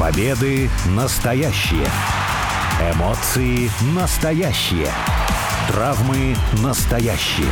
Победы настоящие. Эмоции настоящие. Травмы настоящие.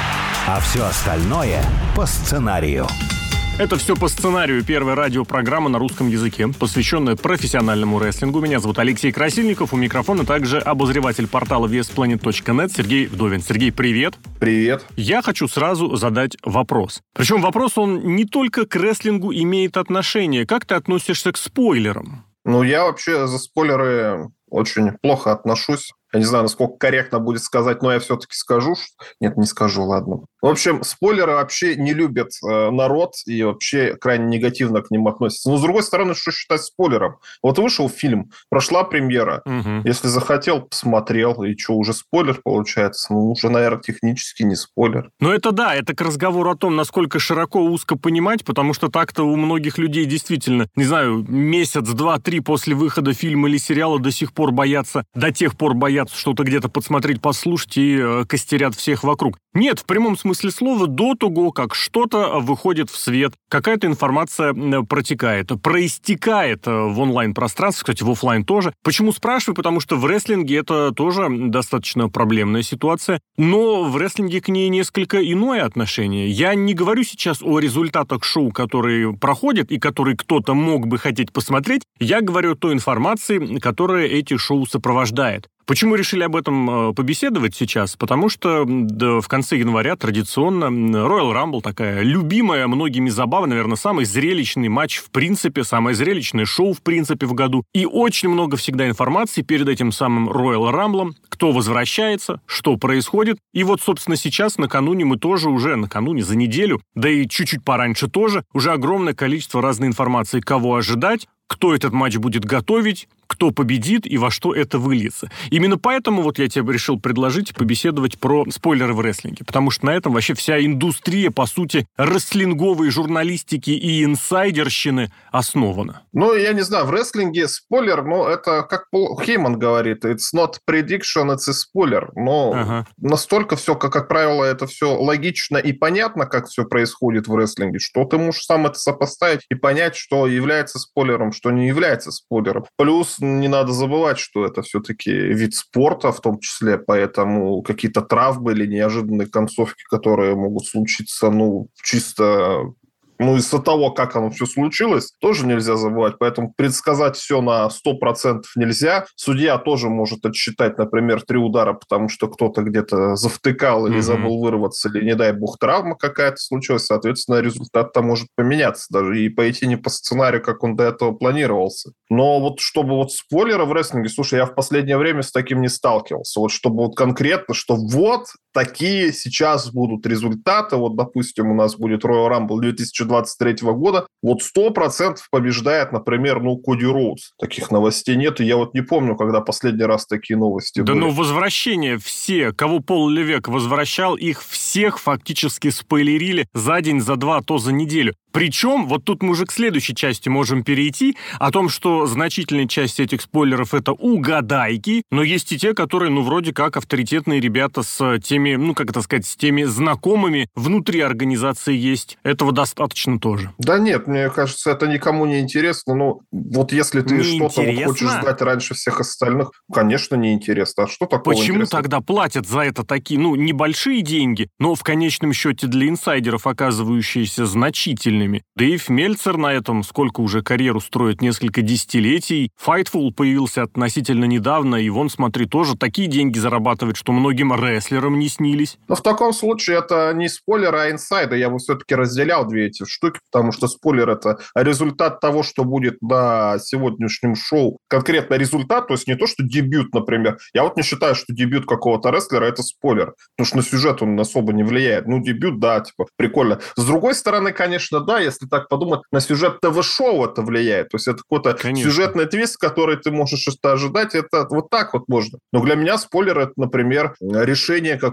А все остальное по сценарию. Это все по сценарию. Первая радиопрограмма на русском языке, посвященная профессиональному рестлингу. Меня зовут Алексей Красильников. У микрофона также обозреватель портала VSPlanet.net Сергей Вдовин. Сергей, привет. Привет. Я хочу сразу задать вопрос. Причем вопрос, он не только к рестлингу имеет отношение. Как ты относишься к спойлерам? Я вообще за спойлеры очень плохо отношусь. Я не знаю, насколько корректно будет сказать, но я все-таки скажу. Нет, не скажу, ладно. В общем, спойлеры вообще не любят народ и вообще крайне негативно к ним относятся. Но, с другой стороны, что считать спойлером? Вот вышел фильм, прошла премьера. Угу. Если захотел, посмотрел. И что, уже спойлер получается? Уже, наверное, технически не спойлер. Это да, это к разговору о том, насколько широко, узко понимать, потому что так-то у многих людей действительно, не знаю, месяц, два, три после выхода фильма или сериала до сих пор боятся, до тех пор боятся что-то где-то подсмотреть, послушать и костерят всех вокруг. Нет, в прямом смысле слова, до того, как что-то выходит в свет, какая-то информация протекает, проистекает в онлайн-пространстве, кстати, в офлайн тоже. Почему спрашиваю? Потому что в рестлинге это тоже достаточно проблемная ситуация, но в рестлинге к ней несколько иное отношение. Я не говорю сейчас о результатах шоу, которые проходят и которые кто-то мог бы хотеть посмотреть, я говорю о той информации, которая эти шоу сопровождает. Почему решили об этом побеседовать сейчас? Потому что в конце января традиционно Royal Rumble, такая любимая многими забава, наверное, самый зрелищный матч в принципе, самое зрелищное шоу в принципе в году. И очень много всегда информации перед этим самым Royal Rumble, кто возвращается, что происходит. И вот, собственно, сейчас накануне мы тоже уже, за неделю, да и чуть-чуть пораньше тоже, уже огромное количество разной информации, кого ожидать, кто этот матч будет готовить, кто победит и во что это выльется. Именно поэтому вот я тебе решил предложить побеседовать про спойлеры в рестлинге, потому что на этом вообще вся индустрия, по сути, рестлинговой журналистики и инсайдерщины основана. Я не знаю, в рестлинге спойлер, это как Пол Хейман говорит, it's not prediction, it's a spoiler. Настолько все, как правило, это все логично и понятно, как все происходит в рестлинге, что ты можешь сам это сопоставить и понять, что является спойлером, что не является спойлером. Плюс не надо забывать, что это все-таки вид спорта, в том числе, поэтому какие-то травмы или неожиданные концовки, которые могут случиться, чисто... из-за того, как оно все случилось, тоже нельзя забывать. Поэтому предсказать все на 100% нельзя. Судья тоже может отсчитать, например, 3 удара, потому что кто-то где-то завтыкал или забыл вырваться, или, не дай бог, травма какая-то случилась. Соответственно, результат-то может поменяться даже и пойти не по сценарию, как он до этого планировался. Но чтобы спойлеры в рестлинге, слушай, я в последнее время с таким не сталкивался. Чтобы конкретно, что такие сейчас будут результаты. Допустим, у нас будет Royal Rumble 2023 года. 100% побеждает, например, Коди Роудс. Таких новостей нет. И я не помню, когда последний раз такие новости были. Возвращение все, кого Пол Левек возвращал, их всех фактически спойлерили за день, за два, то за неделю. Причем, тут мы уже к следующей части можем перейти, о том, что значительная часть этих спойлеров это угадайки, но есть и те, которые, вроде как авторитетные ребята с теми, с теми знакомыми внутри организации есть. Этого достаточно тоже. Да нет, мне кажется, это никому не интересно. Если ты что-то хочешь ждать раньше всех остальных, конечно, не интересно. А что такого Почему интересного? Тогда платят за это такие, небольшие деньги, но в конечном счете для инсайдеров оказывающиеся значительными? Дэйв Мельцер на этом сколько уже карьеру строит, несколько десятилетий. Fightful появился относительно недавно, и смотри, тоже такие деньги зарабатывает, что многим рестлерам не снились. В таком случае это не спойлер, а инсайд. Я бы все-таки разделял две эти штуки, потому что спойлер – это результат того, что будет на сегодняшнем шоу. Конкретно результат, то есть не то, что дебют, например. Я не считаю, что дебют какого-то рестлера – это спойлер, потому что на сюжет он особо не влияет. Дебют, да, прикольно. С другой стороны, конечно, да, если так подумать, на сюжет ТВ-шоу это влияет. То есть это какой-то сюжетный твист, который ты можешь ожидать. Это так можно. Но для меня спойлер – это, например, решение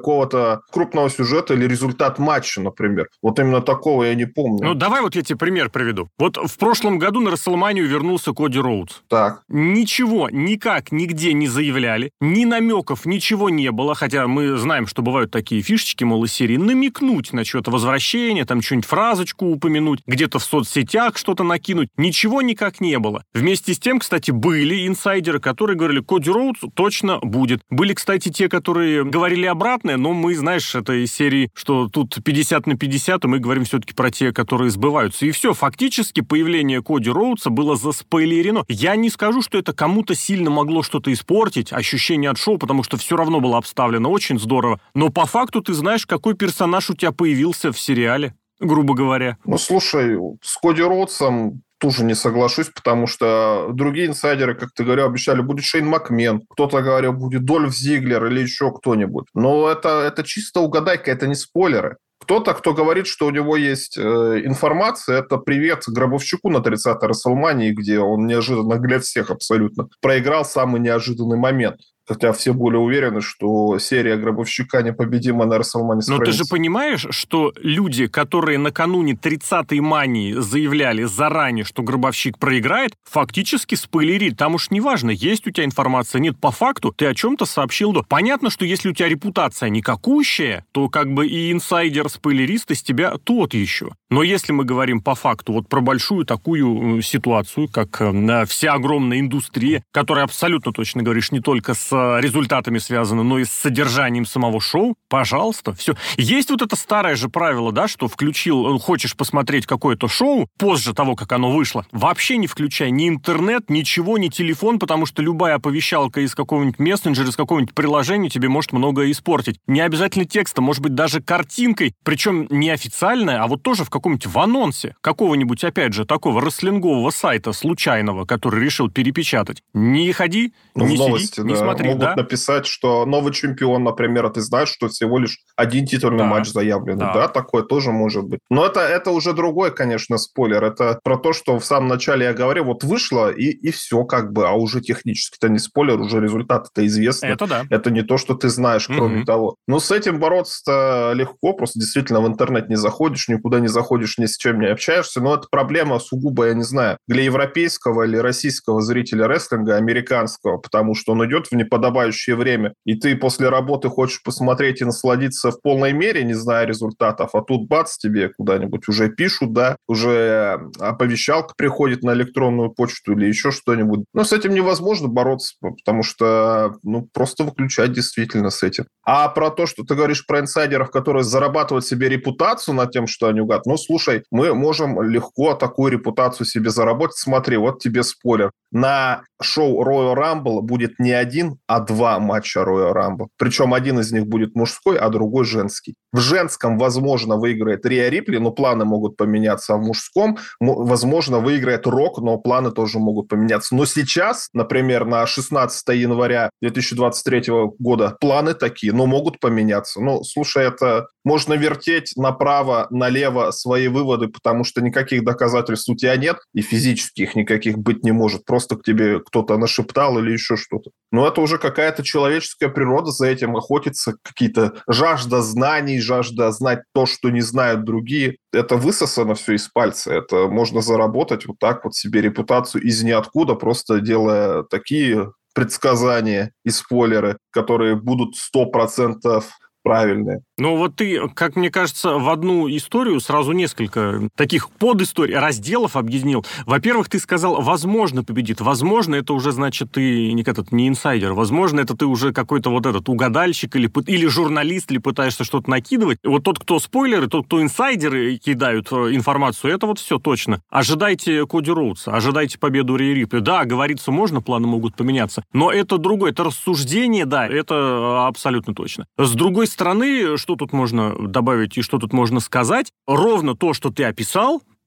какого-то крупного сюжета или результат матча, например. Вот именно такого я не помню. Ну, давай вот я тебе пример приведу. Вот в прошлом году на Расселманию вернулся Коди Роудс. Так. Ничего, никак, нигде не заявляли, ни намеков, ничего не было, хотя мы знаем, что бывают такие фишечки, мол, из серии намекнуть на что-то возвращение, там что-нибудь фразочку упомянуть, где-то в соцсетях что-то накинуть. Ничего никак не было. Вместе с тем, кстати, были инсайдеры, которые говорили, Коди Роудс точно будет. Были, кстати, те, которые говорили обратное, но мы, знаешь, это из серии, что тут 50/50, и мы говорим все-таки про те, которые сбываются. И все, фактически появление Коди Роудса было заспойлерено. Я не скажу, что это кому-то сильно могло что-то испортить, ощущение от шоу, потому что все равно было обставлено очень здорово. Но по факту ты знаешь, какой персонаж у тебя появился в сериале, грубо говоря. Ну, слушай, с Коди Роудсом тоже не соглашусь, потому что другие инсайдеры, как ты говорил, обещали, будет Шейн Макмен, кто-то говорил, будет Дольф Зиглер или еще кто-нибудь. Но это чисто угадайка, это не спойлеры. Кто-то, кто говорит, что у него есть информация, это привет Гробовщику на 30-й Расселмании, где он неожиданно для всех абсолютно проиграл самый неожиданный момент. Хотя все более уверены, что серия Гробовщика непобедима на Расселмане. Но ты же понимаешь, что люди, которые накануне 30-й Мании заявляли заранее, что Гробовщик проиграет, фактически спойлерили. Там уж неважно, есть у тебя информация, нет, по факту ты о чем-то сообщил. Понятно, что если у тебя репутация никакущая, то как бы и инсайдер-спойлерист из тебя тот еще. Но если мы говорим по факту вот про большую такую ситуацию, как вся огромная индустрия, которая абсолютно точно говоришь не только с результатами связано, но и с содержанием самого шоу, пожалуйста, все. Есть вот это старое же правило, да, что хочешь посмотреть какое-то шоу позже того, как оно вышло, вообще не включай ни интернет, ничего, ни телефон, потому что любая оповещалка из какого-нибудь мессенджера, из какого-нибудь приложения тебе может многое испортить. Не обязательно текстом, может быть, даже картинкой, причем не официальная, а вот тоже в каком-нибудь в анонсе какого-нибудь, опять же, такого рестлингового сайта случайного, который решил перепечатать. Не ходи, не сиди, не смотри. Могут написать, что новый чемпион, например, а ты знаешь, что всего лишь один титульный матч заявлен. Да, такое тоже может быть. Но это уже другой, конечно, спойлер. Это про то, что в самом начале я говорил, вот вышло, и все как бы, а уже технически-то не спойлер, уже результаты-то известны. Это да. Это не то, что ты знаешь, кроме того. Но с этим бороться-то легко, просто действительно в интернет не заходишь, никуда не заходишь, ни с чем не общаешься. Но это проблема сугубо, я не знаю, для европейского или российского зрителя рестлинга, американского, потому что он идет в неподобающее время, и ты после работы хочешь посмотреть и насладиться в полной мере, не зная результатов, а тут бац, тебе куда-нибудь уже пишут, да, уже оповещалка приходит на электронную почту или еще что-нибудь. Но с этим невозможно бороться, потому что, просто выключать действительно с этим. А про то, что ты говоришь про инсайдеров, которые зарабатывают себе репутацию над тем, что они угадывают, слушай, мы можем легко такую репутацию себе заработать. Смотри, вот тебе спойлер. На шоу Royal Rumble будет не один, а 2 матча Royal Rumble. Причем один из них будет мужской, а другой женский. В женском, возможно, выиграет Риа Рипли, но планы могут поменяться. А в мужском, возможно, выиграет Рок, но планы тоже могут поменяться. Но сейчас, например, на 16 января 2023 года планы такие, но могут поменяться. Слушай, это можно вертеть направо, налево свои выводы, потому что никаких доказательств у тебя нет, и физических никаких быть не может. Просто к тебе кто-то нашептал или еще что-то. Но это уже какая-то человеческая природа, за этим охотится, какие-то жажда знаний, жажда знать то, что не знают другие. Это высосано все из пальца. Это можно заработать вот так вот себе репутацию из ниоткуда, просто делая такие предсказания и спойлеры, которые будут 100% правильные. Вот ты, как мне кажется, в одну историю сразу несколько таких подисторий, разделов объединил. Во-первых, ты сказал, возможно, победит. Возможно, это уже, значит, ты не инсайдер. Возможно, это ты уже какой-то вот этот угадальщик или журналист, или пытаешься что-то накидывать. Вот тот, кто спойлеры, тот, кто инсайдеры кидают информацию, это вот все точно. Ожидайте Коди Роудса, ожидайте победу Риа Рипли. Да, говорится можно, планы могут поменяться. Но это другое, это рассуждение, да, это абсолютно точно. С другой стороны, что тут можно добавить и что тут можно сказать? Ровно то, что ты описал,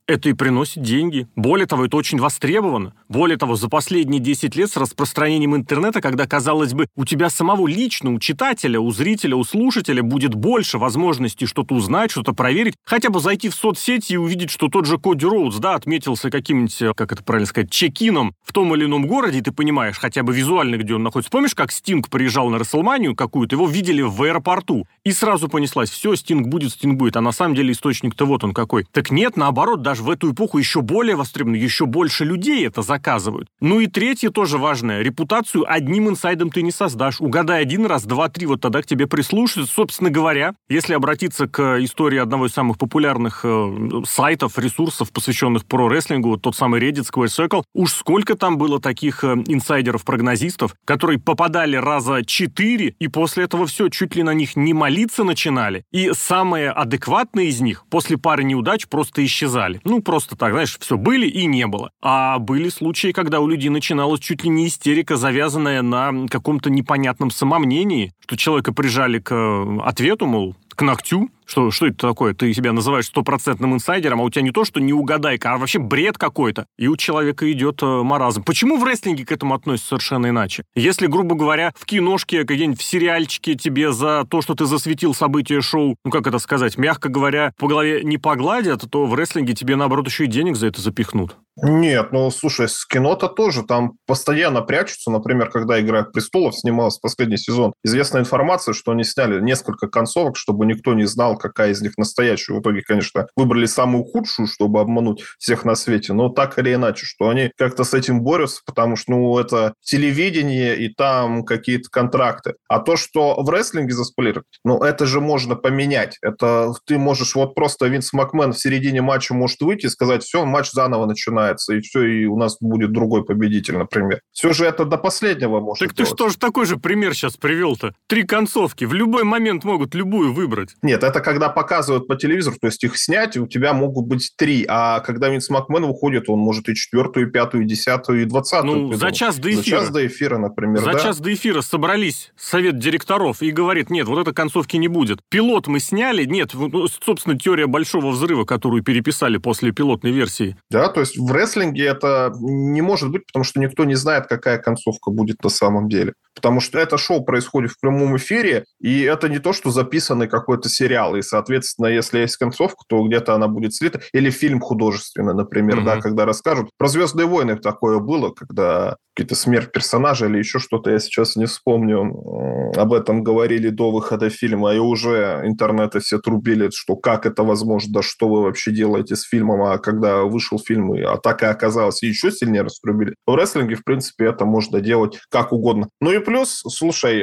это и приносит деньги. Более того, это очень востребовано. Более того, за последние 10 лет с распространением интернета, когда, казалось бы, у тебя самого лично, у читателя, у зрителя, у слушателя будет больше возможностей что-то узнать, что-то проверить, хотя бы зайти в соцсети и увидеть, что тот же Коди Роудс, да, отметился каким-нибудь, как это правильно сказать, чек-ином в том или ином городе, и ты понимаешь хотя бы визуально, где он находится. Помнишь, как Стинг приезжал на Расселманию какую-то, его видели в аэропорту, и сразу понеслась, все, Стинг будет, а на самом деле источник-то вот он какой. Так нет, наоборот, даже в эту эпоху еще более востребовано, еще больше людей это заказывают. Ну и третье тоже важное. Репутацию одним инсайдом ты не создашь. Угадай один раз, два, три, вот тогда к тебе прислушаются. Собственно говоря, если обратиться к истории одного из самых популярных сайтов, ресурсов, посвященных про-рестлингу, тот самый Reddit, Square Circle, уж сколько там было таких инсайдеров-прогнозистов, которые попадали раза 4, и после этого все, чуть ли на них не молиться начинали. И самые адекватные из них после пары неудач просто исчезали. Ну, просто так, знаешь, все были и не было. А были случаи, когда у людей начиналась чуть ли не истерика, завязанная на каком-то непонятном самомнении, что человека прижали к ответу, мол, к ногтю. Что это такое? Ты себя называешь стопроцентным инсайдером, а у тебя не то, что не угадайка, а вообще бред какой-то. И у человека идет маразм. Почему в рестлинге к этому относятся совершенно иначе? Если, грубо говоря, в киношке, где-нибудь в сериальчике тебе за то, что ты засветил события шоу, ну как это сказать, мягко говоря, по голове не погладят, то в рестлинге тебе, наоборот, еще и денег за это запихнут. Нет, ну, слушай, с кино-то тоже. Там постоянно прячутся. Например, когда «Игра престолов» снималась последний сезон, известна информация, что они сняли несколько концовок, чтобы никто не знал, какая из них настоящая. В итоге, конечно, выбрали самую худшую, чтобы обмануть всех на свете. Но так или иначе, что они как-то с этим борются, потому что, ну, это телевидение, и там какие-то контракты. А то, что в рестлинге заспойлерят, ну, это же можно поменять. Это ты можешь, вот просто Винс Макмен в середине матча может выйти и сказать, все, матч заново начинается, и все, и у нас будет другой победитель, например. Все же это до последнего может Так делать. Ты что же такой же пример сейчас привел-то? 3 концовки. В любой момент могут любую выбрать. Нет, это когда показывают по телевизору, то есть их снять, и у тебя могут быть 3. А когда Винс Макмен выходит, он может и 4, и 5, и 10, и 20. Ну, за час до эфира. За час до эфира, например, За час до эфира собрались совет директоров и говорит, нет, вот этой концовки не будет. Пилот мы сняли, нет, собственно, теория большого взрыва, которую переписали после пилотной версии. Да, то есть в рестлинге это не может быть, потому что никто не знает, какая концовка будет на самом деле. Потому что это шоу происходит в прямом эфире, и это не то, что записанный какой-то сериал. И, соответственно, если есть концовка, то где-то она будет слита. Или фильм художественный, например, да, когда расскажут. Про «Звездные войны» такое было, когда какие-то смерть персонажа или еще что-то, я сейчас не вспомню. Об этом говорили до выхода фильма, и уже интернеты все трубили, что как это возможно, да что вы вообще делаете с фильмом, а когда вышел фильм, а так и оказалось, и еще сильнее раструбили. В рестлинге, в принципе, это можно делать как угодно. Ну и плюс, слушай,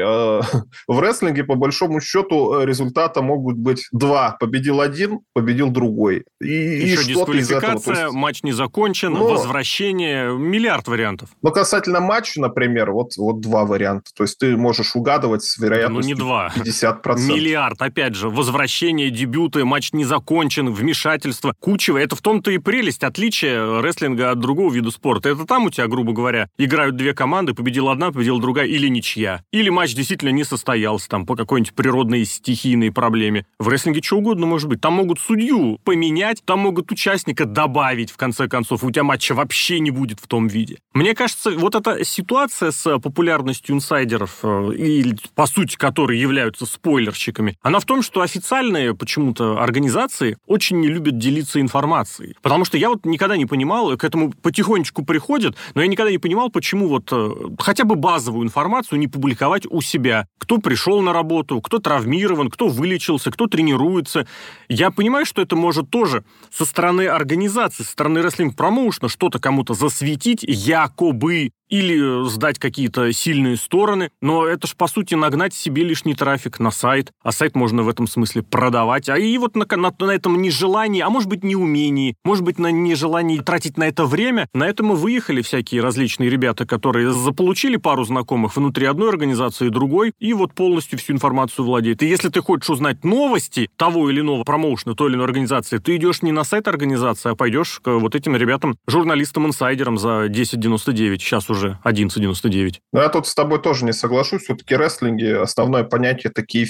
в рестлинге, по большому счету, результата могут быть 2. Победил один, победил другой. И еще дисквалификация, матч не закончен, возвращение, миллиард вариантов. Но касательно матча, например, вот 2 варианта. То есть ты можешь угадывать с вероятностью 50%. Миллиард, опять же, возвращение, дебюты, матч не закончен, вмешательство, кучево. Это в том-то и прелесть, отличие рестлинга от другого вида спорта. Это там у тебя, грубо говоря, играют 2 команды, победила одна, победила другая, или ничья. Или матч действительно не состоялся там по какой-нибудь природной стихийной проблеме. В рестлинге что угодно может быть. Там могут судью поменять, там могут участника добавить, в конце концов. У тебя матча вообще не будет в том виде. Мне кажется, вот эта ситуация с популярностью инсайдеров, и по сути которые являются спойлерщиками, она в том, что официальные почему-то организации очень не любят делиться информацией. Потому что я вот никогда не понимал, к этому потихонечку приходят, но я никогда не понимал, почему вот хотя бы базовую информацию не публиковать у себя. Кто пришел на работу, кто травмирован, кто вылечился, кто тренируется. Я понимаю, что это может тоже со стороны организации, со стороны рестлинг-промоушена что-то кому-то засветить, якобы, или сдать какие-то сильные стороны, но это ж, по сути, нагнать себе лишний трафик на сайт, а сайт можно в этом смысле продавать. А и вот на этом нежелании, а может быть, неумении, может быть, на нежелании тратить на это время, на этом и выехали всякие различные ребята, которые заполучили пару знакомых внутри одной организации и другой, и вот полностью всю информацию владеют. И если ты хочешь узнать новости того или иного промоушена, той или иной организации, ты идешь не на сайт организации, а пойдешь к вот этим ребятам, журналистам-инсайдерам за 10.99, сейчас уже 11.99. Я тут с тобой тоже не соглашусь. Все-таки в рестлинге основное понятие – это кейфеп.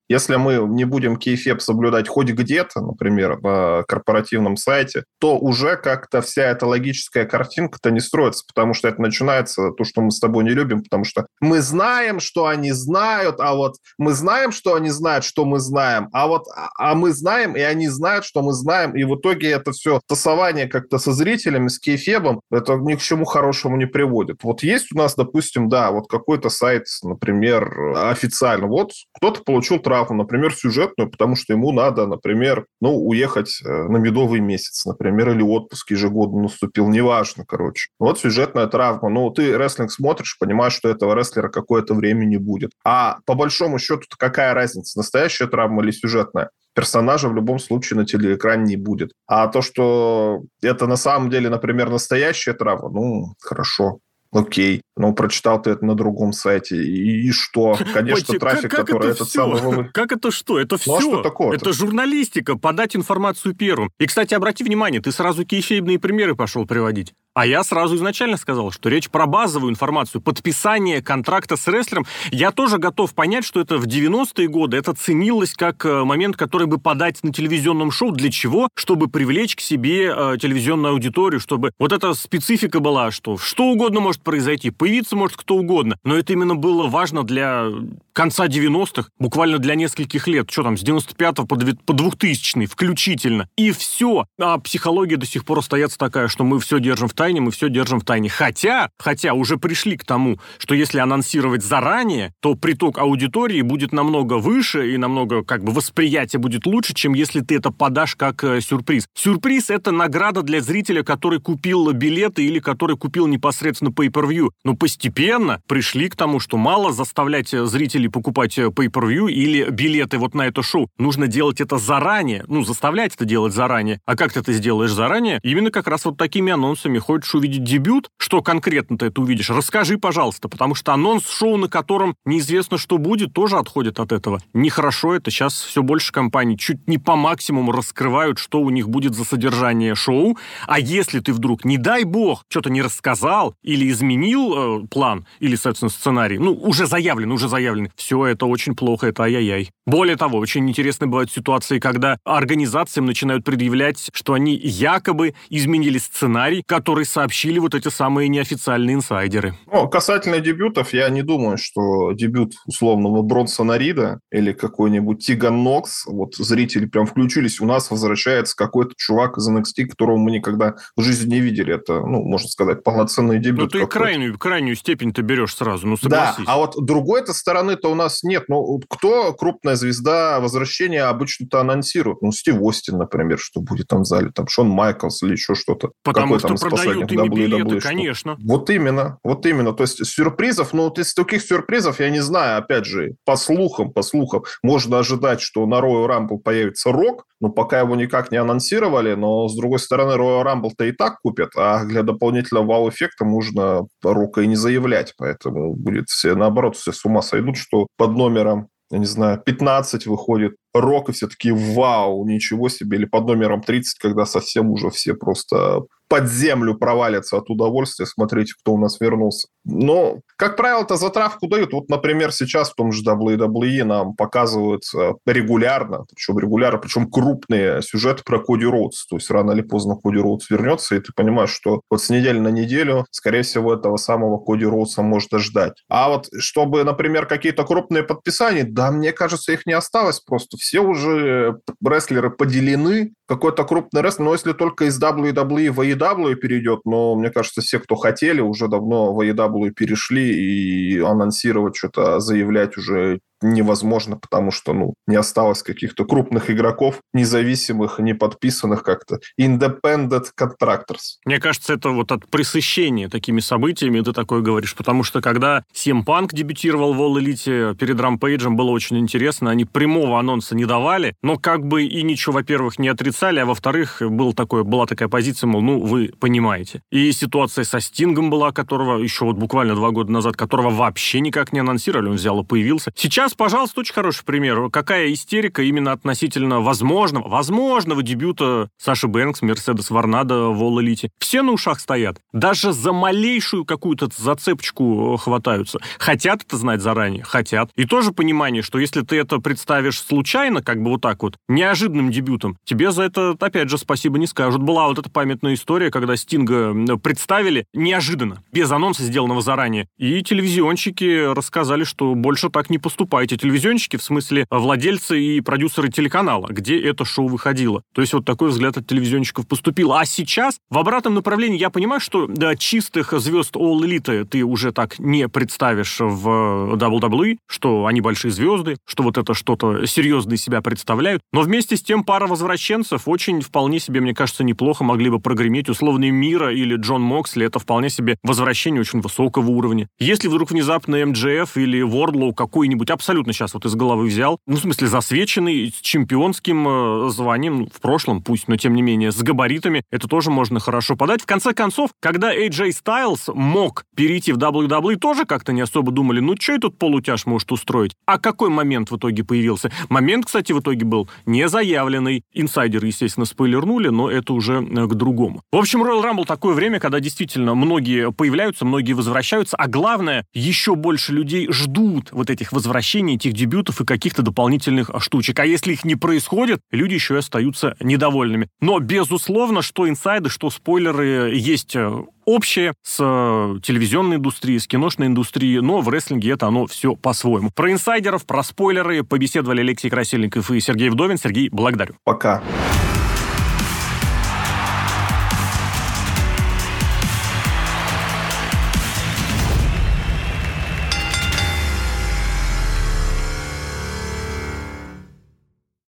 Если мы не будем кейфеб соблюдать хоть где-то, например, на корпоративном сайте, то уже как-то вся эта логическая картинка-то не строится, потому что это начинается то, что мы с тобой не любим, потому что мы знаем, что они знают, а вот мы знаем, что они знают, что мы знаем, а мы знаем, и они знают, что мы знаем, и в итоге это все тасование как-то со зрителями, с кейфебом, это ни к чему хорошему не приводит. Вот есть у нас, допустим, да, вот какой-то сайт, например, официально, вот кто-то получил травму, например, сюжетную, потому что ему надо, например, уехать на медовый месяц, например, или отпуск ежегодно наступил, неважно, короче. Вот сюжетная травма. Ты рестлинг смотришь, понимаешь, что этого рестлера какое-то время не будет. А по большому счету какая разница, настоящая травма или сюжетная? Персонажа в любом случае на телеэкране не будет. А то, что это на самом деле, например, настоящая травма, хорошо. Окей, прочитал ты это на другом сайте, и что? Конечно, Ой, трафик, как который это этот все? самый... Как это что? Это все. А что такое-то? Это журналистика, подать информацию первым. И, кстати, обрати внимание, ты сразу кейфейбные примеры пошел приводить. А я сразу изначально сказал, что речь про базовую информацию, подписание контракта с рестлером. Я тоже готов понять, что это в 90-е годы это ценилось как момент, который бы подать на телевизионном шоу. Для чего? Чтобы привлечь к себе телевизионную аудиторию, чтобы вот эта специфика была, что угодно может произойти, появиться может кто угодно. Но это именно было важно для конца 90-х, буквально для нескольких лет. Что там, с 95-го по 2000-й включительно. И все. А психология до сих пор остается такая, что мы все держим в тайне, мы все держим в тайне. Хотя уже пришли к тому, что если анонсировать заранее, то приток аудитории будет намного выше и намного восприятие будет лучше, чем если ты это подашь как сюрприз. Сюрприз — это награда для зрителя, который купил билеты или который купил непосредственно pay-per-view. Но постепенно пришли к тому, что мало заставлять зрителей покупать pay-per-view или билеты вот на это шоу. Нужно делать это заранее. Заставлять это делать заранее. А как ты это сделаешь заранее? Именно как раз вот такими анонсами. Хочешь увидеть дебют? Что конкретно ты это увидишь? Расскажи, пожалуйста, потому что анонс шоу, на котором неизвестно, что будет, тоже отходит от этого. Нехорошо это. Сейчас все больше компаний чуть не по максимуму раскрывают, что у них будет за содержание шоу. А если ты вдруг, не дай бог, что-то не рассказал или изменил план, или, соответственно, сценарий, уже заявлен. Все это очень плохо, это ай-яй-яй. Более того, очень интересные бывают ситуации, когда организациям начинают предъявлять, что они якобы изменили сценарий, который сообщили вот эти самые неофициальные инсайдеры. Касательно дебютов, я не думаю, что дебют условного Бронсона Рида или какой-нибудь Тиган Нокс, вот зрители прям включились, у нас возвращается какой-то чувак из NXT, которого мы никогда в жизни не видели. Это, можно сказать, полноценный дебют. Ты крайнюю степень-то берешь сразу, согласись. Да, а вот другой-то стороны-то у нас нет. Кто крупная звезда возвращения обычно-то анонсирует? Стив Остин, например, что будет там в зале, там Шон Майклс или еще что-то. Потому что продают ими билеты, конечно. Вот именно. То есть сюрпризов, из таких сюрпризов, я не знаю, опять же, по слухам, можно ожидать, что на Royal Rumble появится Рок, но пока его никак не анонсировали, но, с другой стороны, Royal Rumble-то и так купят, а для дополнительного вау-эффекта можно Рока и не заявлять, поэтому будет все с ума сойдут, что под номером, я не знаю, 15 выходит Рок, и все такие, вау, ничего себе, или под номером 30, когда совсем уже все просто под землю провалятся от удовольствия, смотрите, кто у нас вернулся. Но, как правило-то, затравку дают. Вот, например, сейчас в том же WWE нам показывают регулярно, причем крупные сюжеты про Коди Роудс. То есть рано или поздно Коди Роудс вернется, и ты понимаешь, что вот с недели на неделю, скорее всего, этого самого Коди Роудса можно ждать. А вот чтобы, например, какие-то крупные подписания, да, мне кажется, их не осталось просто. Все уже рестлеры поделены, какой-то крупный рестлер, но если только из WWE в AEW перейдет, но мне кажется, все, кто хотели, уже давно в AEW перешли, и анонсировать что-то, заявлять уже невозможно, потому что, не осталось каких-то крупных игроков, независимых, не подписанных как-то. Independent contractors. Мне кажется, это вот от пресыщения такими событиями ты такое говоришь, потому что когда CM Punk дебютировал в All Elite перед Рампейджем, было очень интересно, они прямого анонса не давали, но и ничего, во-первых, не отрицали, а во-вторых, была такая позиция, мол, вы понимаете. И ситуация со Стингом была, которого еще вот буквально 2 года назад, которого вообще никак не анонсировали, он взял и появился. Сейчас сейчас, пожалуйста, очень хороший пример. Какая истерика именно относительно возможного дебюта Саши Бэнкс, Мерседес Варнадо в All Elite. Все на ушах стоят. Даже за малейшую какую-то зацепочку хватаются. Хотят это знать заранее? Хотят. И тоже понимание, что если ты это представишь случайно, как бы вот так вот, неожиданным дебютом, тебе за это, опять же, спасибо не скажут. Была вот эта памятная история, когда Стинга представили неожиданно, без анонса, сделанного заранее. И телевизионщики рассказали, что больше так не поступайте. Телевизионщики, в смысле владельцы и продюсеры телеканала, где это шоу выходило. То есть вот такой взгляд от телевизионщиков поступил. А сейчас в обратном направлении я понимаю, что чистых звезд All Elite ты уже так не представишь в WWE, что они большие звезды, что вот это что-то серьезное из себя представляют. Но вместе с тем пара возвращенцев очень вполне себе, мне кажется, неплохо могли бы прогреметь. Условный Мира или Джон Моксли — это вполне себе возвращение очень высокого уровня. Если вдруг внезапно МДФ или Вордлоу какой-нибудь абсолютно сейчас вот из головы взял, в смысле засвеченный, с чемпионским званием, в прошлом пусть, но тем не менее, с габаритами, это тоже можно хорошо подать. В конце концов, когда AJ Styles мог перейти в WWE, тоже как-то не особо думали, что этот полутяж может устроить. А какой момент в итоге появился? Момент, кстати, в итоге был не заявленный. Инсайдеры, естественно, спойлернули, но это уже к другому. В общем, Royal Rumble — такое время, когда действительно многие появляются, многие возвращаются, а главное, еще больше людей ждут вот этих возвращений, этих дебютов и каких-то дополнительных штучек. А если их не происходит, люди еще и остаются недовольными. Но, безусловно, что инсайды, что спойлеры есть общее с телевизионной индустрией, с киношной индустрией, но в рестлинге это оно все по-своему. Про инсайдеров, про спойлеры побеседовали Алексей Красильников и Сергей Вдовин. Сергей, благодарю. Пока.